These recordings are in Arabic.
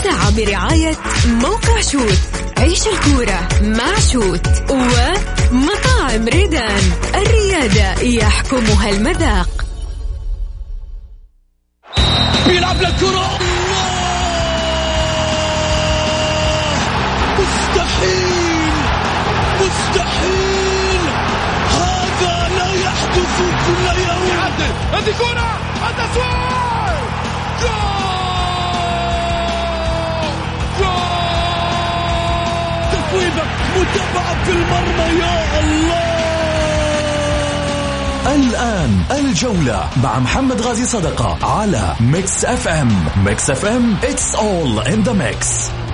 الساعة برعاية موقع شوت. عيش الكورة مع شوت. ومطاعم ريدان، الريادة يحكمها المذاق. بيلعب للكرة، مستحيل هذا لا يحدث كل يوم. هذه كرة، التسويق، جول، تسويبة متابعة في المرمى، يا الله. الآن الجولة مع محمد غازي صدقة على ميكس اف ام. ميكس اف ام it's all in the mix.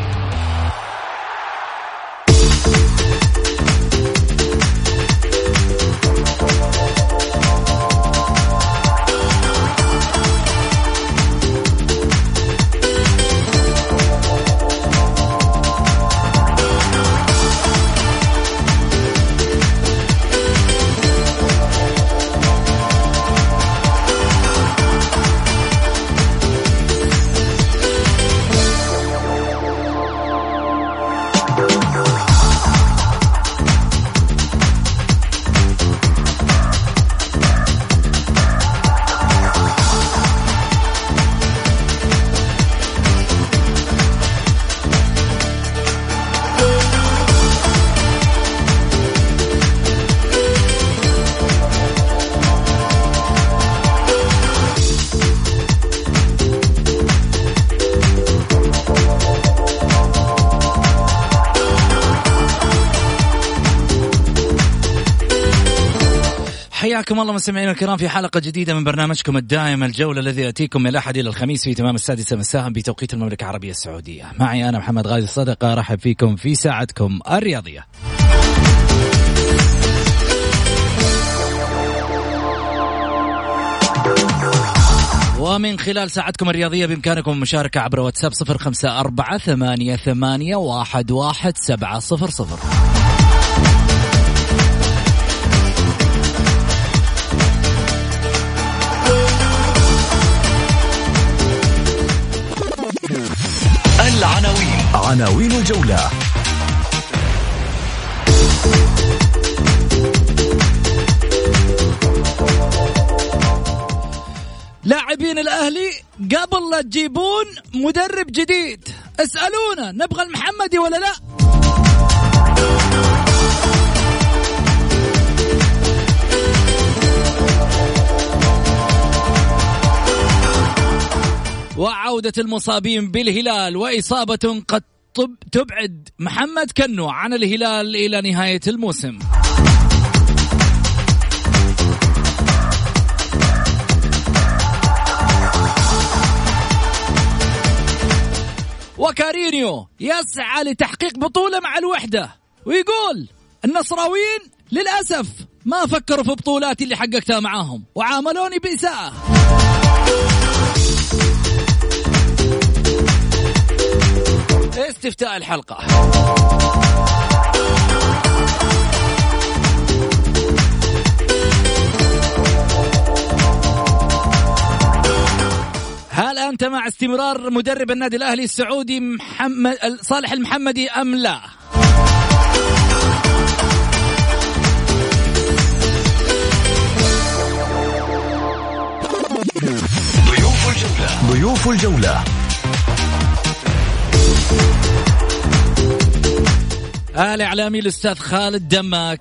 حياكم الله مستمعينا الكرام في حلقة جديدة من برنامجكم الدائم الجولة، الذي يأتيكم من الأحد إلى الخميس في تمام 6 مساء بتوقيت المملكة العربية السعودية. معي أنا محمد غازي صدقة، رحب فيكم في ساعتكم الرياضية. ومن خلال ساعتكم الرياضية بإمكانكم المشاركة عبر واتساب 0548811700. عناوين الجولة. لاعبين الأهلي قبل لا تجيبون مدرب جديد اسألونا نبغى المحمدي ولا لا. وعودة المصابين بالهلال وإصابة قد تبعد محمد كنو عن الهلال إلى نهاية الموسم. وكارينيو يسعى لتحقيق بطولة مع الوحدة، ويقول النصراويين للأسف ما فكروا في بطولاتي اللي حققتها معاهم وعاملوني بإساءة. استفتاء الحلقة. هل أنت مع استمرار مدرب النادي الأهلي السعودي صالح المحمدي أم لا؟ ضيوف الجولة. الإعلامي الأستاذ خالد دماك،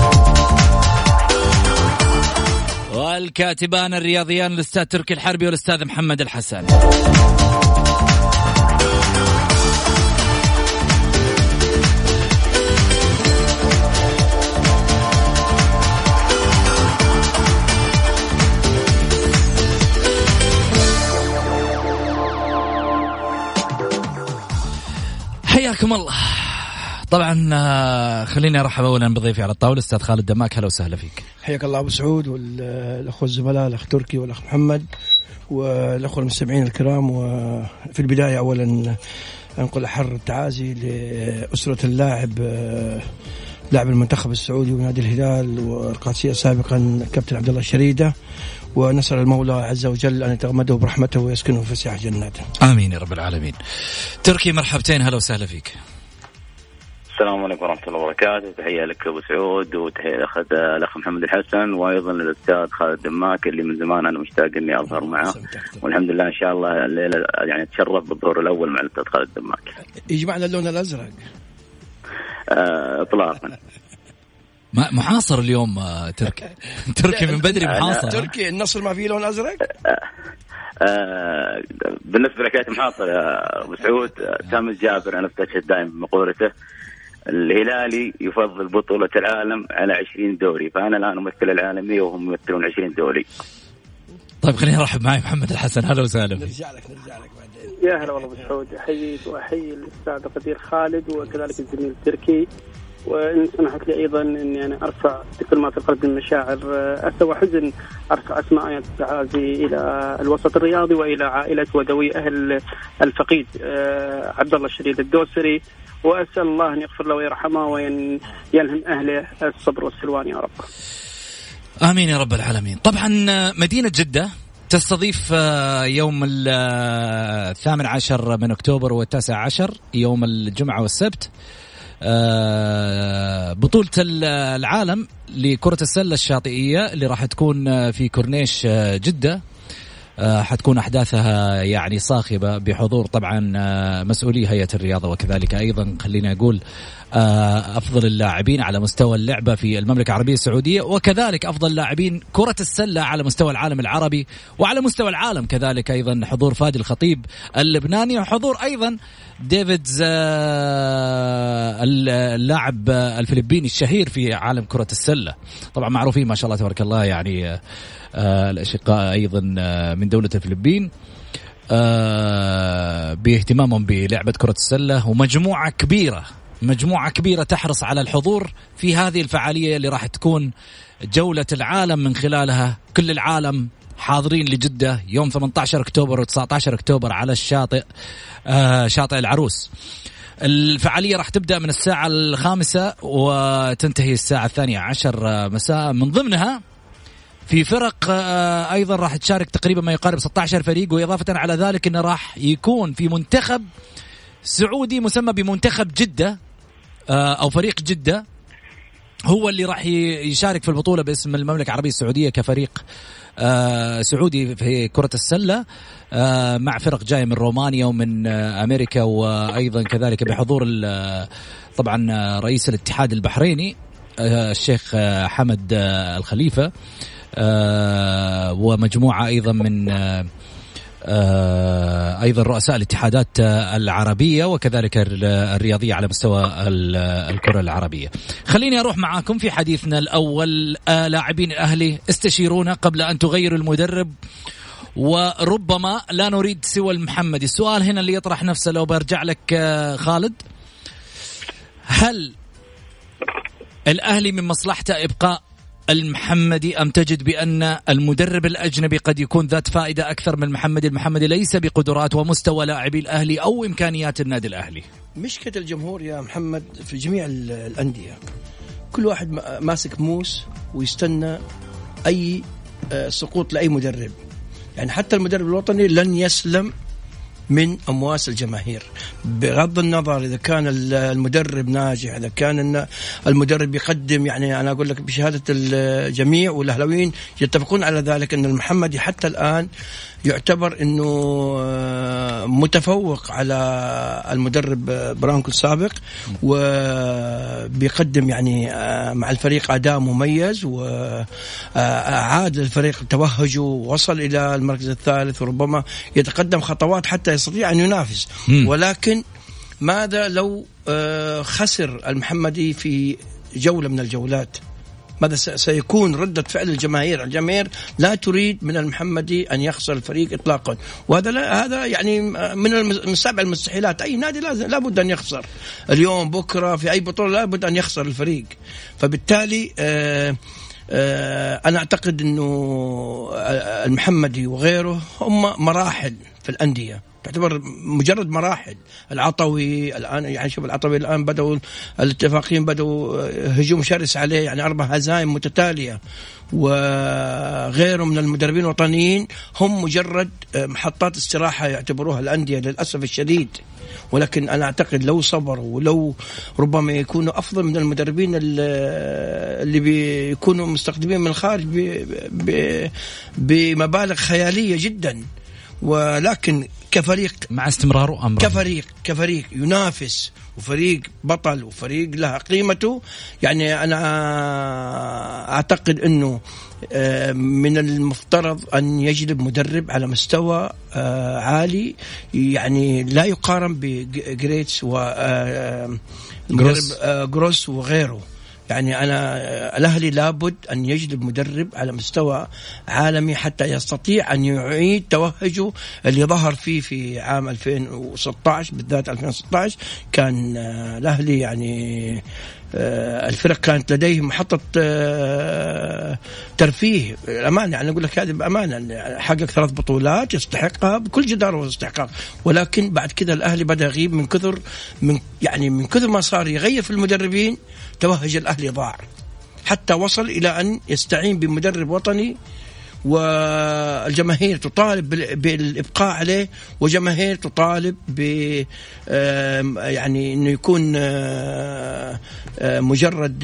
والكاتبان الرياضيان الأستاذ تركي الحربي والأستاذ محمد الحسن. حياكم الله. طبعا خليني ارحب اولا بضيفي على الطاوله الاستاذ خالد دماك. هلا وسهلا فيك. حياك الله ابو سعود والاخوه الزملاء الاخ تركي والاخ محمد والاخوه المستمعين الكرام. وفي البدايه اولا انقل احر التعازي لاسره اللاعب لاعب المنتخب السعودي ونادي الهلال والقادسيه سابقا كابتن عبد الله الشريده، ونسأل المولى عز وجل أن يتغمده برحمته ويسكنه في فسيح جناته. آمين يا رب العالمين. تركي مرحبتين، هلا وسهلا فيك. السلام عليكم ورحمة الله وبركاته. تحية لك أبو سعود، وتحية الأخ محمد الحسن، وأيضا للأستاذ خالد دماك اللي من زمان أنا مشتاق إني أظهر معه، والحمد لله إن شاء الله الليلة يعني أتشرف بالظهور الأول مع الأستاذ خالد دماك. يجمعنا اللون الأزرق إطلاقا. محاصر اليوم تركي. تركي من بدري محاصر. تركي النصر ما فيه لون أزرق. بالنسبة لحكاية محاصر يا أبو سعود، سامي الجابر أنا استشهد دائما بمقولته الهلالي يفضل بطولة العالم على 20 دوري، فأنا الآن أمثل العالمية وهم يمثلون 20 دوري. طيب خليني أرحب معي محمد الحسن، هلا وسهلا. نرجع لك بعدين. يا هلا والله أبو سعود، أحييك وأحيي الأستاذ قدير خالد وكذلك الزميل تركي، وإن سمحت لي أيضا إني أنا أرفع بكل ما في القلب من مشاعر أسى وحزن، أرفع أسماء آيات التعازي إلى الوسط الرياضي وإلى عائلة وذوي أهل الفقيد عبد الله الشريد الدوسري، وأسأل الله أن يغفر له ويرحمه وأن يلهم أهله الصبر والسلوان يا رب. آمين يا رب العالمين. طبعا مدينة جدة تستضيف يوم 18 من أكتوبر و19 يوم الجمعة والسبت بطولة العالم لكرة السلة الشاطئية اللي راح تكون في كورنيش جدة. حتكون أحداثها يعني صاخبة بحضور طبعا مسؤولي هيئة الرياضة، وكذلك أيضا خلينا أقول أفضل اللاعبين على مستوى اللعبة في المملكة العربية السعودية، وكذلك أفضل لاعبين كرة السلة على مستوى العالم العربي وعلى مستوى العالم. كذلك أيضا حضور فادي الخطيب اللبناني، وحضور أيضا ديفيدز اللاعب الفلبيني الشهير في عالم كرة السلة. طبعا معروفين ما شاء الله تبارك الله يعني الأشقاء أيضا من دولة الفلبين باهتمامهم بلعبة كرة السلة، ومجموعة كبيرة تحرص على الحضور في هذه الفعالية اللي راح تكون جولة العالم من خلالها. كل العالم حاضرين لجدة يوم 18 أكتوبر و19 أكتوبر على الشاطئ شاطئ العروس. الفعالية راح تبدأ من الساعة 5 وتنتهي الساعة 12 مساء. من ضمنها في فرق أيضا راح تشارك تقريبا ما يقارب 16 فريق، وإضافة على ذلك أنه راح يكون في منتخب سعودي مسمى بمنتخب جدة أو فريق جدة، هو اللي راح يشارك في البطولة باسم المملكة العربية السعودية كفريق سعودي في كرة السلة، مع فرق جاية من رومانيا ومن أمريكا، وأيضا كذلك بحضور طبعا رئيس الاتحاد البحريني الشيخ حمد الخليفة، ومجموعة أيضا من أيضا رؤساء الاتحادات العربية وكذلك الرياضية على مستوى الكرة العربية. خليني أروح معاكم في حديثنا الأول. لاعبين الأهلي استشيرونا قبل أن تغيروا المدرب، وربما لا نريد سوى المحمدي. السؤال هنا اللي يطرح نفسه، لو برجع لك خالد، هل الأهلي من مصلحته إبقاء المحمدي أم تجد بأن المدرب الأجنبي قد يكون ذات فائدة أكثر من المحمدي؟ المحمدي ليس بقدرات ومستوى لاعبي الأهلي أو إمكانيات النادي الأهلي. مشكلة الجمهور يا محمد في جميع الأندية، كل واحد ماسك موس ويستنى أي سقوط لأي مدرب. يعني حتى المدرب الوطني لن يسلم من أمواس الجماهير، بغض النظر إذا كان المدرب ناجح، إذا كان المدرب يقدم. يعني أنا أقول لك بشهادة الجميع والأهلاويين يتفقون على ذلك أن المحمدي حتى الآن يعتبر أنه متفوق على المدرب برانكو السابق، وبيقدم يعني مع الفريق أداء مميز، وعاد الفريق توهجه ووصل إلى المركز الثالث، وربما يتقدم خطوات حتى يستطيع أن ينافس. ولكن ماذا لو خسر المحمدي في جولة من الجولات؟ ماذا سيكون ردة فعل الجماهير؟ الجماهير لا تريد من المحمدي أن يخسر الفريق إطلاقا، وهذا هذا يعني من سبع المستحيلات. أي نادي لابد أن يخسر اليوم بكرة في أي بطولة، لابد أن يخسر الفريق. فبالتالي أنا أعتقد أنه المحمدي وغيره هم مراحل في الأندية، تعتبر مجرد مراحل. العطوي الآن يعني شوف العطوي الآن بدأوا الاتفاقيين بدأوا هجوم شرس عليه، يعني 4 هزائم متتالية، وغيره من المدربين الوطنيين هم مجرد محطات استراحة يعتبروها الأندية للأسف الشديد. ولكن أنا أعتقد لو صبروا ولو ربما يكونوا أفضل من المدربين اللي بيكونوا مستخدمين من الخارج بمبالغ خيالية جدا. ولكن كفريق مع استمراره أمره كفريق ينافس وفريق بطل وفريق له قيمته، يعني أنا أعتقد أنه من المفترض أن يجلب مدرب على مستوى عالي، يعني لا يقارن بجريتس ومدرب جروس وغيره. يعني أنا الأهلي لابد أن يجلب مدرب على مستوى عالمي حتى يستطيع أن يعيد توهجه اللي ظهر فيه في عام 2016 بالذات. 2016 كان الأهلي يعني الفرق كانت لديه محطة ترفيه الأمانة، يعني أقول لك هذه بأمانة، حقق 3 بطولات يستحقها بكل جدارة واستحقاق. ولكن بعد كذا الأهلي بدأ يغيب من كثر ما صار يغير في المدربين، توهج الأهلي ضاع حتى وصل إلى أن يستعين بمدرب وطني، والجماهير تطالب بالإبقاء عليه، وجماهير تطالب يعني إنه يكون مجرد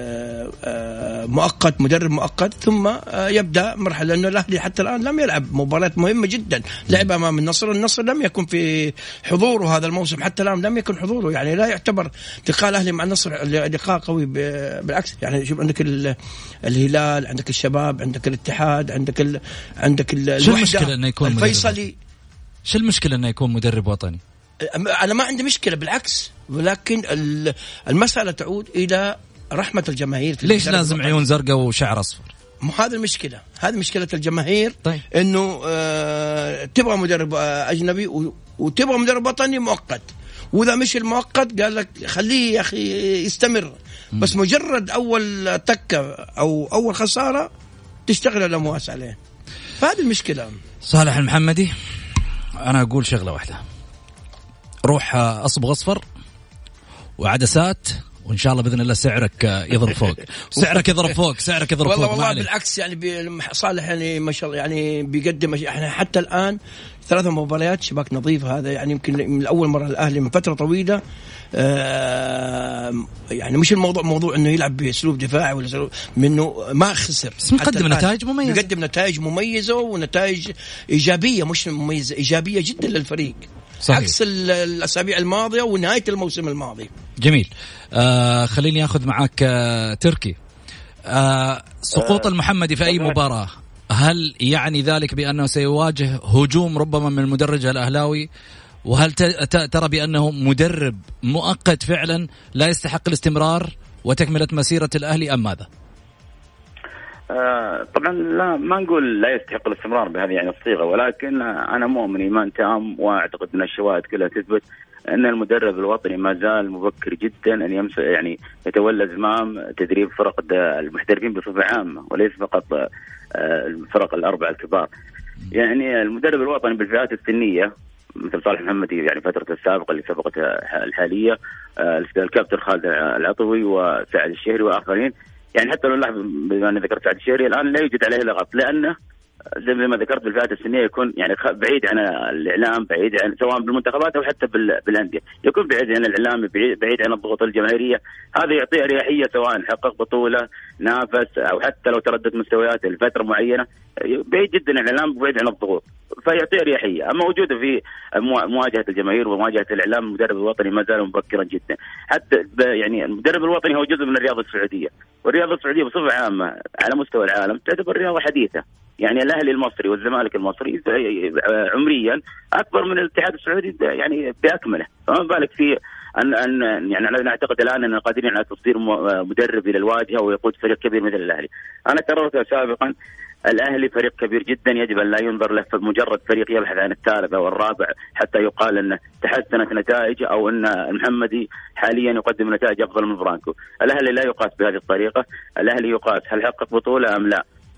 مؤقت، مدرب مؤقت، ثم يبدأ مرحلة. لأنه الأهلي حتى الآن لم يلعب مباراة مهمة جدا، لعب أمام النصر لم يكن في حضوره هذا الموسم، حتى الآن لم يكن حضوره، يعني لا يعتبر لقاء الأهلي مع النصر لقاء قوي، بالعكس. يعني شوف عندك الهلال، عندك الشباب، عندك الاتحاد، عندك الوحدة، الفيصلي. شو المشكلة أنه يكون مدرب وطني؟ أنا ما عندي مشكلة بالعكس، ولكن المسألة تعود إلى رحمة الجماهير. ليش لازم عيون زرقاء وشعر أصفر؟ مو هذا المشكلة، هذه مشكلة الجماهير. طيب. إنه تبغى مدرب أجنبي وتبغى مدرب وطني مؤقت، وإذا مش المؤقت قال لك خليه يا أخي يستمر، بس مجرد أول تكة أو أول خسارة تشتغل الأمواس عليه. فهذه المشكلة. صالح المحمدي، أنا أقول شغلة واحدة، روح أصبغ أصفر وعدسات، وإن شاء الله بإذن الله سعرك يضرب فوق. سعرك يضرب فوق. والله بالعكس، يعني صالح يعني ما شاء الله يعني بيقدم. احنا حتى الآن 3 مباريات شباك نظيف، هذا يعني يمكن من أول مرة الأهلي من فترة طويلة. يعني مش موضوع إنه يلعب بأسلوب دفاعي ولا أسلوب منه، ما خسر، يقدم نتائج مميزة، يقدم نتائج مميزة ونتائج إيجابية، مش مميزة، إيجابية جدا للفريق. صحيح. عكس الأسابيع الماضية ونهاية الموسم الماضي. جميل. خليني أخذ معك تركي. سقوط المحمدي في أي مباراة، هل يعني ذلك بأنه سيواجه هجوم ربما من المدرج الأهلاوي؟ وهل ترى بأنه مدرب مؤقت فعلا لا يستحق الاستمرار وتكملة مسيرة الأهلي أم ماذا؟ طبعا لا، ما نقول لا يستحق الاستمرار بهذه يعني الصيغة، ولكن أنا مؤمن إيمان تام، وأعتقد أن الشواهد كلها تثبت أن المدرب الوطني ما زال مبكر جدا أن يعني يتولى زمام تدريب فرق المحترفين بصفة عامة، وليس فقط الفرق ال4 الكبار. يعني المدرب الوطني بالفئات السنية مثل صالح محمدي، يعني فترة السابقة اللي سبقتها الحالية، الكابتن خالد العطوي وسعد الشهري وآخرين، يعني حتى لو لاحظ بما أن ذكرت سعد الشهري الآن لا يوجد عليه لغط، لأنه زي ما ذكرت بالفئات السنية يكون يعني بعيد عن الإعلام، بعيد عن سواء بالمنتخبات أو حتى بالأندية، يكون بعيد عن الإعلام، بعيد عن الضغوط الجماهيرية. هذا يعطيه أريحية سواء حقق بطولة، نافس، أو حتى لو تردد مستويات لفترة معينة، بعيد جدا عن الإعلام وبعيد عن الضغوط، فيعطيه أريحية. أما وجوده في مواجهة الجماهير ومواجهة الإعلام، المدرب الوطني ما زال مبكرا جدا. حتى يعني المدرب الوطني هو جزء من الرياضة السعودية، والرياضة السعودية بصفة عامة على مستوى العالم تعتبر رياضة حديثة. يعني الأهلي المصري والزمالك المصري عمريا أكبر من الاتحاد السعودي يعني بأكمله، فما بالك في أن يعني أنا أعتقد الآن أننا قادرين على تصدير مدرب إلى الواجهة ويقود فريق كبير مثل الأهلي. أنا كررت سابقا، الأهلي فريق كبير جدا، يجب أن لا ينظر له مجرد فريق يبحث عن الثالث أو الرابع حتى يقال أنه تحسنت نتائج أو أن المحمدي حاليا يقدم نتائج أفضل من فرانكو. الأهلي لا يقاس بهذه الطريقة، الأهلي يقاس هل حقق بطولة أم لا،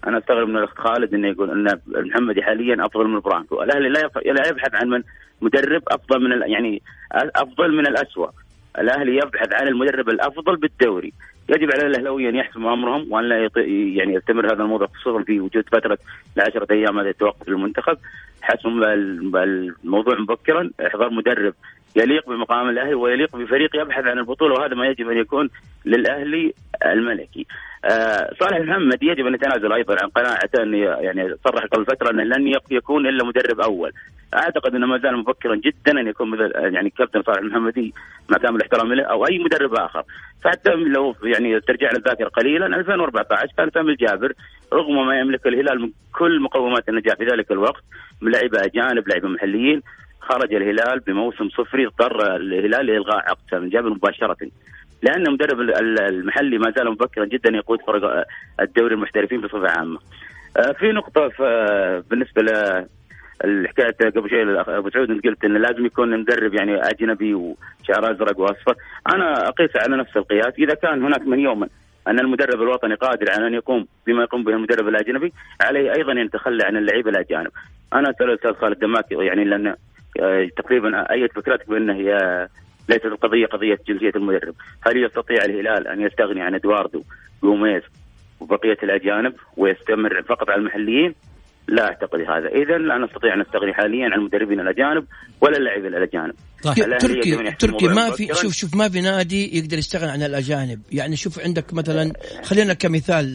انا استغرب من الاخت خالد انه يقول ان المحمدي حاليا افضل من برانكو. الاهلي لا يبحث عن من مدرب افضل من يعني افضل من الأسوأ. الاهلي يبحث عن المدرب الافضل بالدوري. يجب على الاهلاويه ان يحسموا امرهم وان لا يعني يستمر هذا الموضوع، خصوصا في وجود فتره 10 ايام هذا التوقف للمنتخب. حسم الموضوع مبكرا، احضار مدرب يليق بمقام الاهلي ويليق بفريق يبحث عن البطوله، وهذا ما يجب ان يكون للاهلي الملكي. صالح محمد يجب ان يتنازل ايضا عن قناعته ان يعني صرح قبل فتره انه لن يكون الا مدرب اول. اعتقد انه ما زال مفكرا جدا ان يكون مثل يعني كابتن صالح المحمدي مع كامل احترامي له او اي مدرب اخر. فحتى لو يعني ترجع للذاكره قليلا 2014 كان سامي الجابر رغم ما يملك الهلال من كل مقومات النجاح في ذلك الوقت من لعيبه اجانب لعيبه محليين، خرج الهلال بموسم صفري، اضطر الهلال لإلغاء عقد سامي الجابر مباشره لأن المدرب المحلي ما زال مفكرا جدا يقود فرق الدوري المحترفين بصفة عامة. في نقطة بالنسبة للحكاية قبل شوي أبو سعود قلت إن لازم يكون مدرب يعني أجنبي وشعر أزرق وأصفر. أنا أقيس على نفس القياس. إذا كان هناك من يوم أن المدرب الوطني قادر على أن يقوم بما يقوم به المدرب الأجنبي، عليه أيضا أن يتخلى عن اللعيبة الأجانب. أنا أسأل الأستاذ خالد دماكي يعني لأن تقريبا أي فكرتك بأنه هي ليست القضية قضية جنسية المدرب. هل يستطيع الهلال أن يستغني عن إدواردو غوميز وبقية الأجانب ويستمر فقط على المحليين؟ لا أعتقد هذا. إذن لا نستطيع أن نستغني حاليا عن المدربين الأجانب ولا اللاعبين الأجانب. طيب تركي ما في شوف ما في نادي يقدر يستغني عن الأجانب. يعني شوف عندك مثلا خلينا كمثال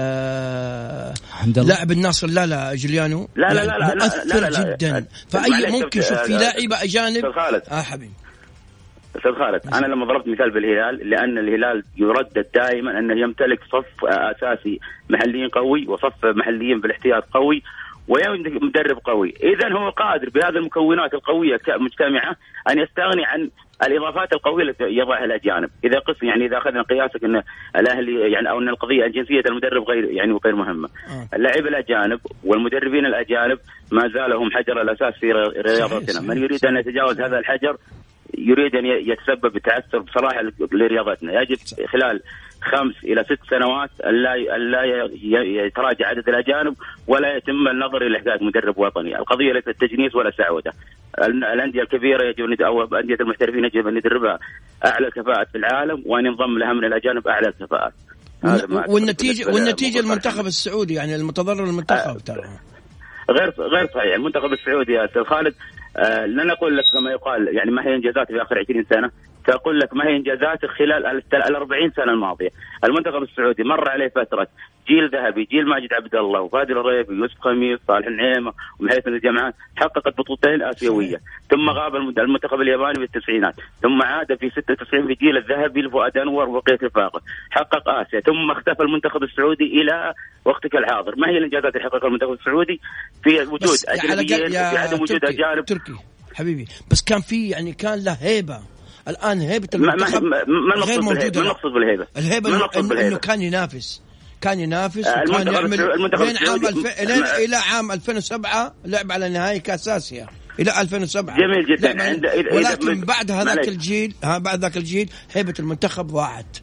لاعب الناصر لا جوليانو لا مؤثر جدا. فأي ممكن شوف في لاعيبة أجانب حبيبي أستاذ خالد. أنا لما ضربت مثال بالهلال لأن الهلال يردد دائما أنه يمتلك صف أساسي محليين قوي وصف محليين بالاحتياط قوي ويملك مدرب قوي. إذن هو قادر بهذه المكونات القوية مجتمعة أن يستغني عن الإضافات القوية التي يضعها الأجانب. إذا يعني إذا أخذنا قياسك أن الأهلي يعني أو أن القضية جنسية المدرب غير مهمة. اللاعب الأجانب والمدربين الأجانب ما زالهم حجر الأساس في رياضتنا. من يريد أن يتجاوز هذا الحجر يريد أن يتسبب بتعثر بصراحة لرياضتنا. يجب خلال 5 إلى 6 سنوات ألا يتراجع عدد الأجانب ولا يتم النظر إلى حكاية مدرب وطني. القضية ليست تجنيس ولا سعودة. الأندية الكبيرة يجب أو أندية المحترفين يجب أن يدربها أعلى الكفاءات في العالم وأن ينضم لها من الأجانب أعلى الكفاءات. والنتيجة المنتخب السعودي يعني المتضرر المنتخب ترى غير صحيح. المنتخب السعودي يا أستاذ خالد لن أقول لك كما يقال يعني ما هي إنجازات في آخر 20 سنة، سأقول لك ما هي إنجازات خلال 40 سنة الماضية. المنتخب السعودي مر عليه فترة جيل ذهبي، جيل ماجد عبد الله وفادي الريبي ويوسف خميس صالح النعيمة ومحيث الجماعات، حققت بطولتين آسيوية. ثم غاب المنتخب الياباني في التسعينات، ثم عاد في 96 في جيل الذهبي لفؤاد أنور وبقية رفاقه، حقق آسيا، ثم اختفى المنتخب السعودي إلى وقتك الحاضر. ما هي الإنجازات اللي حققها المنتخب السعودي في وجود أجنبيين وفي عدم وجود أجانب؟ تركي حبيبي بس كان في يعني كان له هيبة. الآن هيبة المنتخب غير موجودة. ما نقصد بالهيبة. الهيبة إنه كان ينافس وكان يعمل لين إلى عام 2007 لعب على نهائي كأس آسيا إلى 2007. جميل جدا. ولكن بعد بعد ذاك الجيل هيبة المنتخب ضاعت.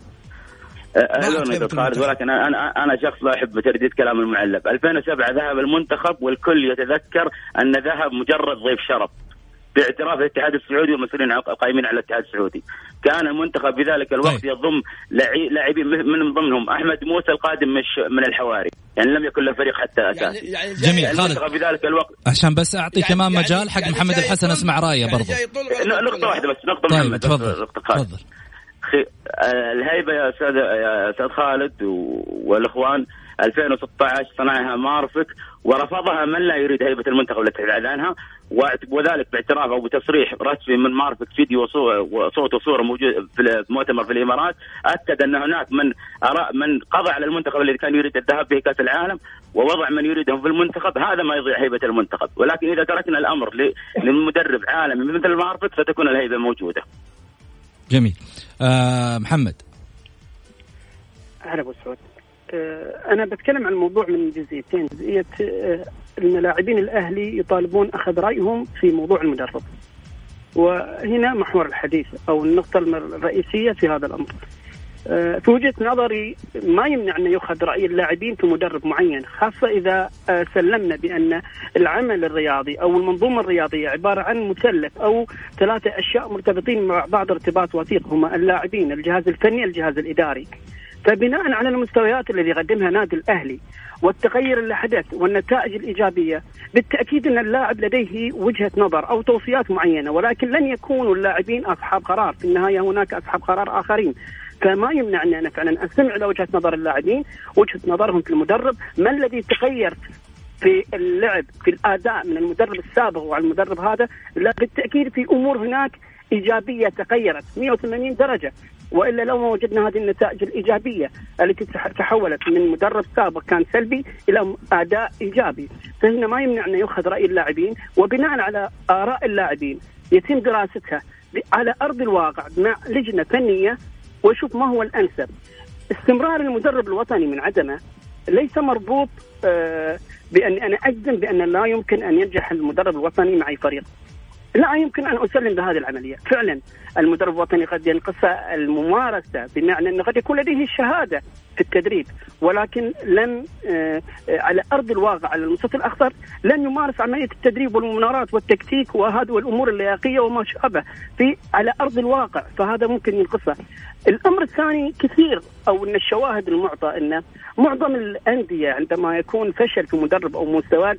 ولكن أنا شخص لا أحب ترديد كلام المعلب. 2007 ذهب المنتخب والكل يتذكر أن ذهب مجرد ضيف شرف باعتراف الاتحاد السعودي والمسؤولين القائمين على الاتحاد السعودي. كان المنتخب بذلك الوقت يضم لاعبين من ضمنهم أحمد موسى القادم من الحواري، يعني لم يكن له فريق حتى أساسي. جميل خالد بذلك الوقت عشان بس أعطي كمان مجال حق محمد الحسن أسمع رأيه برضه. نقطة واحدة بس، نقطة طيب محمد. تفضل. الهيبة يا أستاذ خالد والإخوان 2016 صنعها مارفك ورفضها من لا يريد هيبة المنتخب التي أعلنها، وذلك باعتراف أو بتصريح رسمي من مارفك فيديو وصوت وصورة موجود في مؤتمر في الإمارات أكد أن هناك من قضى على المنتخب الذي كان يريد الذهاب به كأس العالم ووضع من يريدهم في المنتخب. هذا ما يضيع هيبة المنتخب، ولكن إذا تركنا الأمر لمدرب عالمي مثل مارفك ستكون الهيبة موجودة. جميل. محمد. أهلا أبو سعود. أنا بتكلم عن الموضوع من جزئيتين. جزئية أن لاعبين الأهلي يطالبون أخذ رأيهم في موضوع المدرب، وهنا محور الحديث أو النقطة الرئيسية في هذا الأمر. في وجهة نظري ما يمنع أن يؤخذ رأي اللاعبين في مدرب معين، خاصة إذا سلمنا بأن العمل الرياضي أو المنظومة الرياضية عبارة عن مثلث أو 3 أشياء مرتبطين مع بعض ارتباط وثيق، هما اللاعبين، الجهاز الفني، الجهاز الإداري. فبناء على المستويات الذي قدمها نادي الأهلي والتغير اللي حدث والنتائج الإيجابية، بالتأكيد أن اللاعب لديه وجهة نظر أو توصيات معينة، ولكن لن يكونوا اللاعبين أصحاب قرار، في النهاية هناك أصحاب قرار آخرين. فما يمنع أن أنا فعلا أستمع إلى وجهة نظر اللاعبين، وجهة نظرهم في المدرب، ما الذي تغير في اللعب في الأداء من المدرب السابق وعلى المدرب هذا. لا بالتأكيد في أمور هناك إيجابية تغيرت 180 درجة، وإلا لو ما وجدنا هذه النتائج الإيجابية التي تحولت من مدرب سابق كان سلبي إلى أداء إيجابي. فهنا ما يمنع أن يأخذ رأي اللاعبين، وبناء على آراء اللاعبين يتم دراستها على أرض الواقع مع لجنة فنية ويشوف ما هو الأنسب. استمرار المدرب الوطني من عدمه ليس مربوط بأن أنا أجزم بأن لا يمكن أن ينجح المدرب الوطني مع فريق. لا يمكن أن أسلم بهذه العملية. فعلا المدرب الوطني قد ينقص الممارسة، بمعنى أنه قد يكون لديه الشهادة في التدريب، ولكن لن على أرض الواقع على المستوى الأخضر لن يمارس عملية التدريب والمنارات والتكتيك وهذه والأمور اللياقية وما شابه في على أرض الواقع، فهذا ممكن ينقصه. الأمر الثاني كثير أو أن الشواهد المعطى أن معظم الأندية عندما يكون فشل في مدرب أو مستويات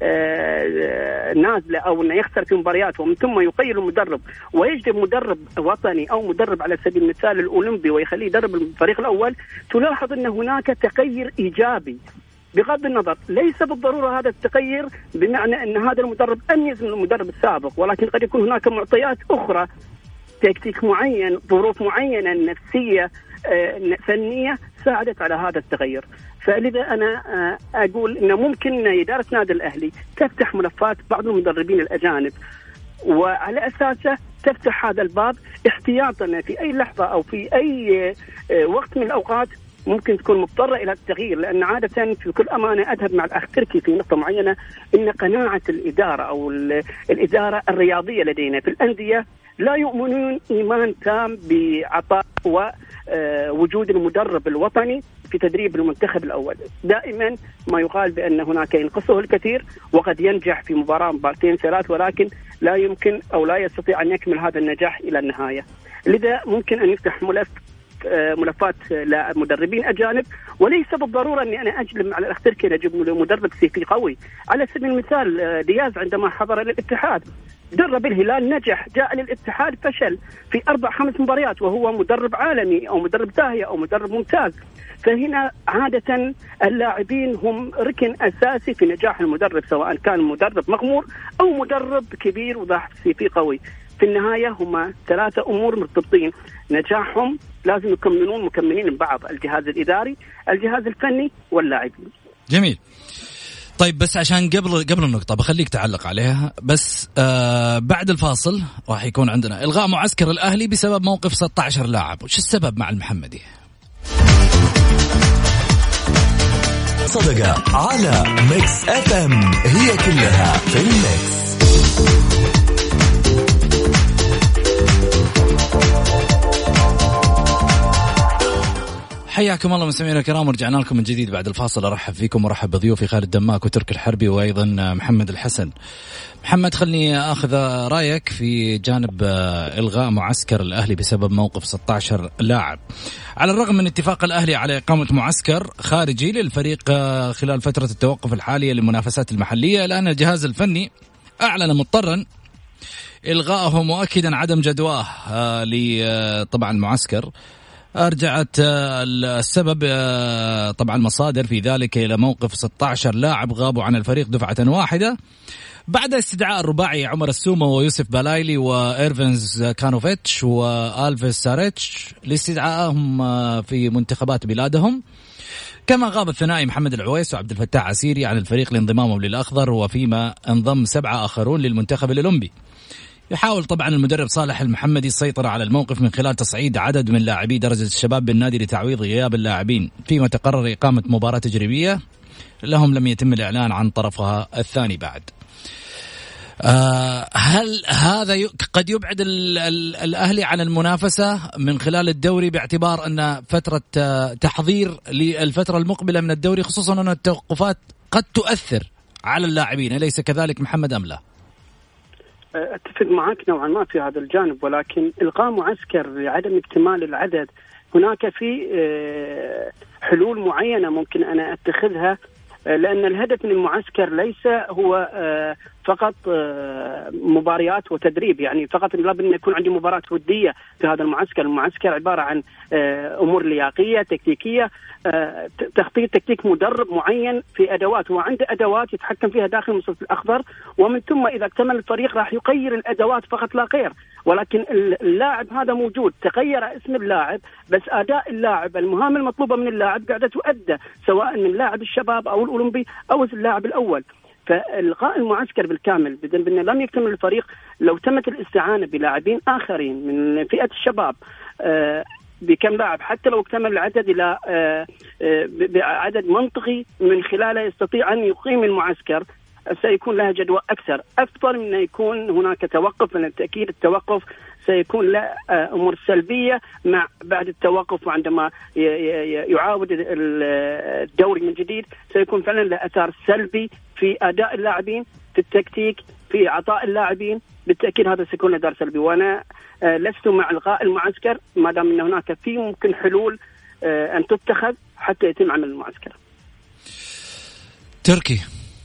نازلة أو أنه يخسر في مباريات ومن ثم يقيل المدرب ويجذب مدرب وطني أو مدرب على سبيل المثال الأولمبي ويخليه يدرب الفريق الأول، تلاحظ أن هناك تغير إيجابي بغض النظر. ليس بالضرورة هذا التغير بمعنى أن هذا المدرب أميز من المدرب السابق، ولكن قد يكون هناك معطيات أخرى، تكتيك معين، ظروف معينة نفسية فنية ساعدت على هذا التغير. فلذا أنا أقول أن ممكن إدارة نادي الأهلي تفتح ملفات بعض المدربين الأجانب وعلى أساسه تفتح هذا الباب احتياطا في أي لحظة أو في أي وقت من الأوقات ممكن تكون مضطرة إلى التغيير. لأن عادة في كل أمانة أذهب مع الأخ تركي في نقطة معينة، إن قناعة الإدارة أو الإدارة الرياضية لدينا في الأندية لا يؤمنون إيمان تام بعطاء ووجود المدرب الوطني في تدريب المنتخب الأول. دائما ما يقال بأن هناك ينقصه الكثير وقد ينجح في مباراة مباراتين 3، ولكن لا يمكن أو لا يستطيع أن يكمل هذا النجاح إلى النهاية. لذا ممكن أن يفتح ملفات لمدربين أجانب، وليس بالضرورة أني أنا أجلم على الأخ تركي نجيب له مدرب سيفي قوي. على سبيل المثال دياز عندما حضر للاتحاد درب الهلال نجح، جاء للاتحاد فشل في 4-5 مباريات وهو مدرب عالمي أو مدرب داهية أو مدرب ممتاز. فهنا عادة اللاعبين هم ركن أساسي في نجاح المدرب، سواء كان مدرب مغمور أو مدرب كبير وضاح سيفي قوي. في النهاية هما 3 أمور مرتبطين، نجاحهم لازم يكملون مكملين من بعض، الجهاز الإداري، الجهاز الفني، واللاعبين. جميل. طيب بس عشان قبل النقطة بخليك تعلق عليها بس بعد الفاصل راح يكون عندنا إلغاء معسكر الأهلي بسبب موقف 16 لاعب. وش السبب مع المحمدي؟ صدقة على ميكس اف ام، هي كلها في الميكس. حياكم الله مستمعينا الكرام، ورجعنا لكم من جديد بعد الفاصل. ارحب فيكم ورحب بضيوفي خالد دماك وترك الحربي وايضا محمد الحسن. محمد، خلني اخذ رايك في جانب الغاء معسكر الاهلي بسبب موقف 16 لاعب. على الرغم من اتفاق الاهلي على اقامه معسكر خارجي للفريق خلال فتره التوقف الحاليه للمنافسات المحليه، الان الجهاز الفني اعلن مضطرا الغائه مؤكدا عدم جدواه لطبعا المعسكر. أرجعت السبب طبعا مصادر في ذلك إلى موقف 16 لاعب غابوا عن الفريق دفعة واحدة بعد استدعاء الرباعي عمر السومة ويوسف بالايلي وإيرفينز كانوفيتش وآلفيس ساريتش لاستدعائهم في منتخبات بلادهم. كما غاب الثنائي محمد العويس وعبد الفتاح عسيري عن الفريق لانضمامهم للأخضر، وفيما انضم 7 آخرون للمنتخب الأولمبي. يحاول طبعا المدرب صالح المحمدي السيطرة على الموقف من خلال تصعيد عدد من لاعبي درجة الشباب بالنادي لتعويض غياب اللاعبين، فيما تقرر إقامة مباراة تجريبية لهم لم يتم الإعلان عن طرفها الثاني بعد. هل هذا قد يبعد الأهلي عن المنافسة من خلال الدوري، باعتبار أن فترة تحضير للفترة المقبلة من الدوري، خصوصا أن التوقفات قد تؤثر على اللاعبين، أليس كذلك محمد أم لا؟ أتفق معك نوعا ما في هذا الجانب، ولكن إلغاء معسكر لعدم اكتمال العدد، هناك في حلول معينة ممكن أنا أتخذها، لأن الهدف من المعسكر ليس هو فقط مباريات وتدريب، يعني فقط لابد أن يكون عندي مباراة ودية في هذا المعسكر. المعسكر عبارة عن أمور لياقية تكتيكية، تخطيط تكتيك مدرب معين في أدوات، وعنده أدوات يتحكم فيها داخل المستطيل الأخضر، ومن ثم إذا اكتمل الفريق راح يغير الأدوات فقط لا غير. ولكن اللاعب هذا موجود، تغير اسم اللاعب بس أداء اللاعب، المهام المطلوبة من اللاعب قاعدة تؤدى، سواء من لاعب الشباب أو الأولمبي أو اللاعب الأول. فإلغاء المعسكر بالكامل بذنب أنه لم يكتمل الفريق، لو تمت الاستعانة بلاعبين آخرين من فئة الشباب بكم لاعب، حتى لو اكتمل العدد إلى بعدد منطقي من خلاله يستطيع أن يقيم المعسكر، سيكون لها جدوى أكثر أفضل من أن يكون هناك توقف. لأن بالتأكيد التوقف سيكون له أمور سلبية مع بعد التوقف، وعندما يعاود الدوري من جديد سيكون فعلا له أثر سلبي في أداء اللاعبين، في التكتيك، في عطاء اللاعبين. بالتأكيد هذا سيكون له دار سلبي، وأنا لست مع إلغاء المعسكر ما دام أن هناك في ممكن حلول أن تتخذ حتى يتم عمل المعسكر. تركي،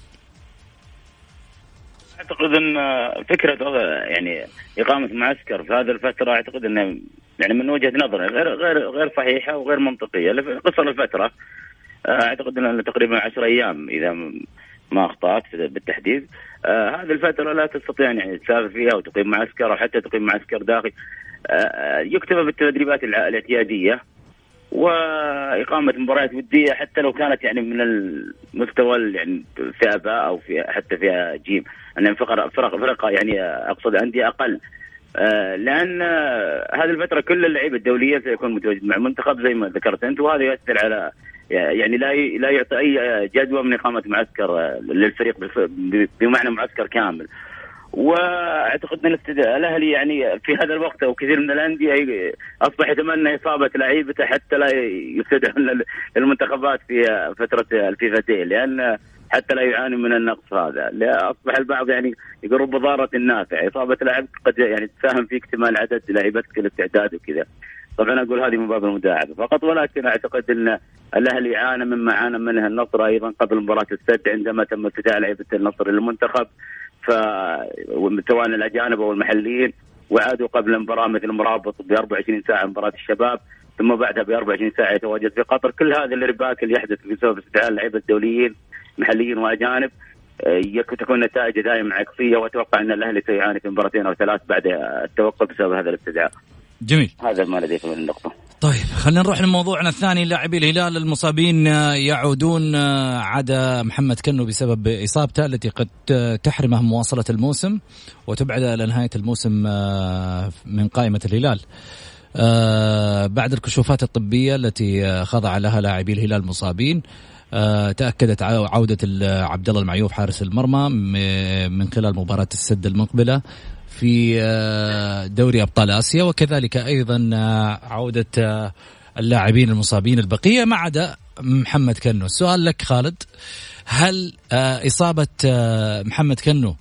أعتقد أن فكرة يعني إقامة معسكر في هذه الفترة، أعتقد أن يعني من وجهة نظري غير صحيحة وغير منطقية. قصر الفترة أعتقد أن تقريبا 10 أيام إذا ما أخطأت بالتحديد. هذه الفترة لا تستطيع يعني تسافر فيها وتقيم معسكر، أو حتى تقيم معسكر داخلي. يكتفى بالتدريبات الاعتيادية وإقامة مباريات ودية، حتى لو كانت يعني من المستوى يعني فئة باء أو حتى فئة جيم، أن فرق يعني أقصد أندية أقل، لأن هذه الفترة كل اللعيبة الدولية سيكون متواجد مع المنتخب زي ما ذكرت أنت، وهذا يؤثر على يعني لا يعطي أي جدوى من إقامة معسكر للفريق بمعنى معسكر كامل. واعتقد ان الاهلي يعني في هذا الوقت او كثير من الانديه اصبح يتمنى اصابه لعيبته حتى لا يفسدون المنتخبات في فتره الفيفا دي، لان حتى لا يعاني من النقص هذا. اصبح البعض يعني يقول رب ضاره النافع، اصابه لاعب قد يعني تساهم في اكتمال عدد لاعبتك الاستعداد وكذا. طبعا اقول هذه من باب المداعبه فقط، ولكن اعتقد ان الاهلي عانى مما عانى منه النصر ايضا قبل مباراه السد عندما تم ابتداء لعيبه النصر للمنتخب، سواء الأجانب أو المحليين، وعادوا قبل المباراة مثل مرابط ب24 ساعة مباراة الشباب، ثم بعدها ب24 ساعة يتواجد في قطر. كل هذا الارباك اللي يحدث بسبب استدعاء اللعيبة الدوليين محليين وأجانب تكون نتائج دائما عكسية، وأتوقع أن الأهلي سيعاني في مباراتين أو 3 بعد التوقف بسبب هذا الاستدعاء. جميل، هذا ما لديك من النقطة. طيب خلينا نروح لموضوعنا الثاني. لاعبي الهلال المصابين يعودون، عدا محمد كنو بسبب إصابته التي قد تحرمه مواصلة الموسم وتبعد إلى نهاية الموسم من قائمة الهلال بعد الكشوفات الطبية التي خضع لها لاعبي الهلال المصابين. تأكدت عودة عبد الله المعيوف حارس المرمى من خلال مباراة السد المقبلة في دوري أبطال آسيا، وكذلك أيضا عودة اللاعبين المصابين البقية ما عدا محمد كنو. السؤال لك خالد، هل إصابة محمد كنو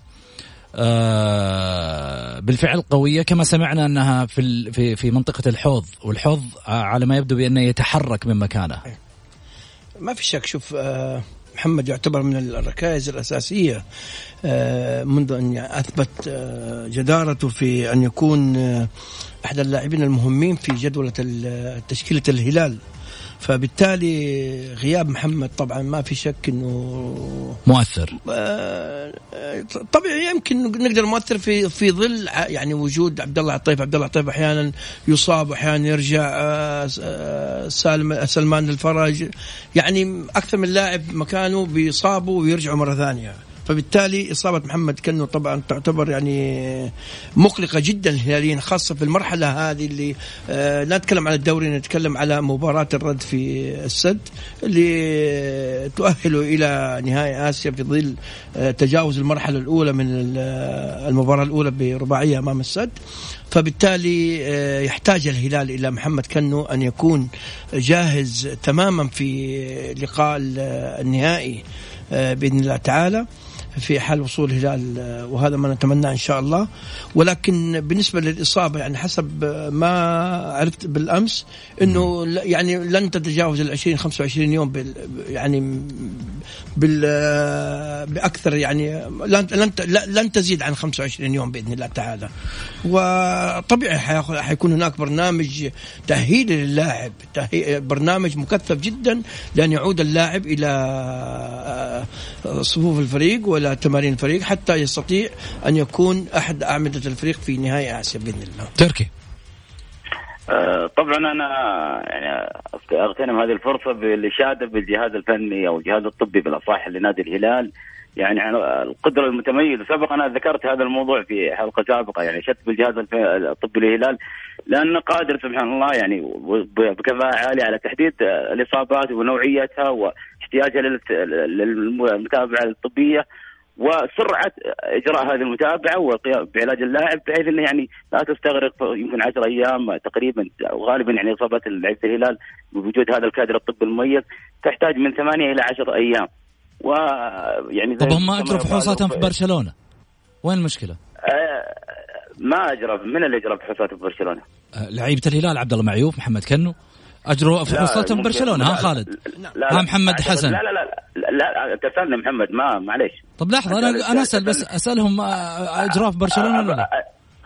بالفعل قوية كما سمعنا أنها في منطقة الحوض، والحوض على ما يبدو بأنه يتحرك من مكانه؟ ما في شك. شوف، محمد يعتبر من الركائز الأساسية منذ أن أثبت جدارته في أن يكون أحد اللاعبين المهمين في جدولة تشكيلة الهلال، فبالتالي غياب محمد طبعا ما في شك أنه مؤثر. طبيعي يمكن نقدر مؤثر في ظل يعني وجود عبد الله عطيف. عبد الله عطيف أحيانا يصاب وأحيانا يرجع، سلمان الفرج، يعني أكثر من لاعب مكانه بيصابوا ويرجعوا مرة ثانية. فبالتالي إصابة محمد كنو طبعا تعتبر يعني مقلقة جدا للهلاليين، خاصة في المرحلة هذه اللي لا نتكلم على الدوري، نتكلم على مباراة الرد في السد اللي تؤهله إلى نهائي آسيا في ظل تجاوز المرحلة الأولى من المباراة الأولى برباعية أمام السد. فبالتالي يحتاج الهلال إلى محمد كنو أن يكون جاهز تماما في لقاء النهائي بإذن الله تعالى في حال وصول الهلال، وهذا ما نتمناه إن شاء الله. ولكن بالنسبة للإصابة يعني حسب ما عرفت بالأمس إنه يعني لن تتجاوز 20-25 يوم يعني بأكثر، يعني لن تزيد عن 25 يوم بإذن الله تعالى. وطبيعي حيكون هناك برنامج تأهيل للاعب، برنامج مكثف جدا لأن يعود اللاعب إلى صفوف الفريق ولا تمارين الفريق حتى يستطيع أن يكون أحد أعمدة الفريق في نهاية آسيا بإذن الله. تركي. طبعا أنا يعني أغتنم هذه الفرصة بالإشادة بالجهاز الفني أو الجهاز الطبي بالأصح لنادي الهلال، يعني القدرة المتميزة. سبق أنا ذكرت هذا الموضوع في حلقة سابقة، يعني شدت بالجهاز الطبي للهلال لأنه قادر سبحان الله يعني بكفاءة عالية على تحديد الإصابات ونوعيتها واحتياجها للمتابعة الطبية وسرعة إجراء هذه المتابعة وبعلاج اللاعب بحيث إنه يعني لا تستغرق يمكن 10 أيام تقريبا، وغالبا يعني إصابات لعيبة الهلال بوجود هذا الكادر الطبي المميز تحتاج من 8 إلى 10 أيام. ويعني طب هم أجروا فحوصاتهم في برشلونة، وين المشكلة؟ ما أجرى، من اللي أجرى فحوصاتهم في برشلونة؟ لعيبة الهلال عبد الله معيوف، محمد كنو أجروا فحوصاتهم في برشلونة. ها خالد، ها محمد حسن. لا تسألنا محمد، ما معليش. طب لحظة، أنا أسأل بس أسألهم أجراه في برشلونة ولا لا؟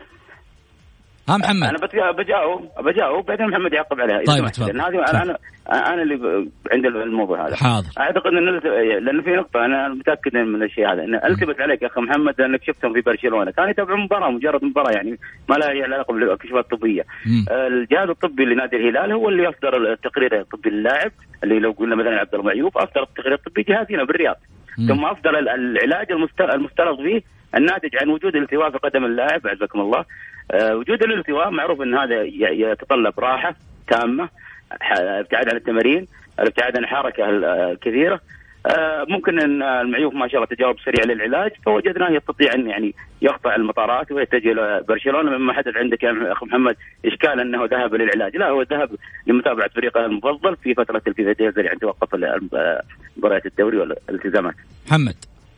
ها محمد. أنا بجاوب بعدين محمد يعقب عليها. طيب تفضل. أنا اللي عند الموضوع هذا. حاضر. أعتقد لأن في نقطة أنا متأكد من الشيء هذا، إن التبس عليك يا أخي محمد لأنك شفتهم في برشلونة كانوا يتابعون مباراة، مجرد مباراة يعني ما لها علاقة بالكشوفات الطبية. الجهاز الطبي لنادي الهلال هو اللي يصدر التقرير الطبي للاعب، اللي لو قلنا مثلا عبد الله معيوف أصدر التقرير الطبي جهازنا بالرياض، ثم أصدر العلاج المفترض فيه الناتج عن وجود الالتواء في قدم اللاعب عزكم الله. وجود الالتواء معروف أن هذا يتطلب راحة تامة، ابتعاد عن التمارين، الابتعاد عن الحركة الكثيرة. ممكن أن المعيوف ما شاء الله تجاوب سريع للعلاج، فوجدناه يستطيع أن يعني يقطع المطارات ويتجه إلى برشلونة. مما حدث عندك يا أخي محمد إشكال أنه ذهب للعلاج، لا هو ذهب لمتابعة فريقه المفضل في فترة الفيفا يعني توقف مباريات الدوري والالتزامات. محمد.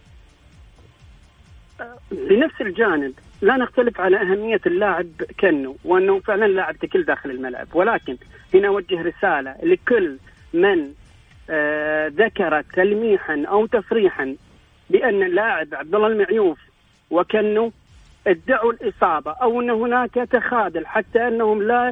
بنفس الجانب لا نختلف على أهمية اللاعب كنو وأنه فعلا لاعب تكل داخل الملعب، ولكن هنا أوجه رسالة لكل من ذكر تلميحا أو تصريحا بأن اللاعب عبد الله المعيوف وكنو ادعوا الإصابة أو أن هناك تخاذل حتى أنهم لا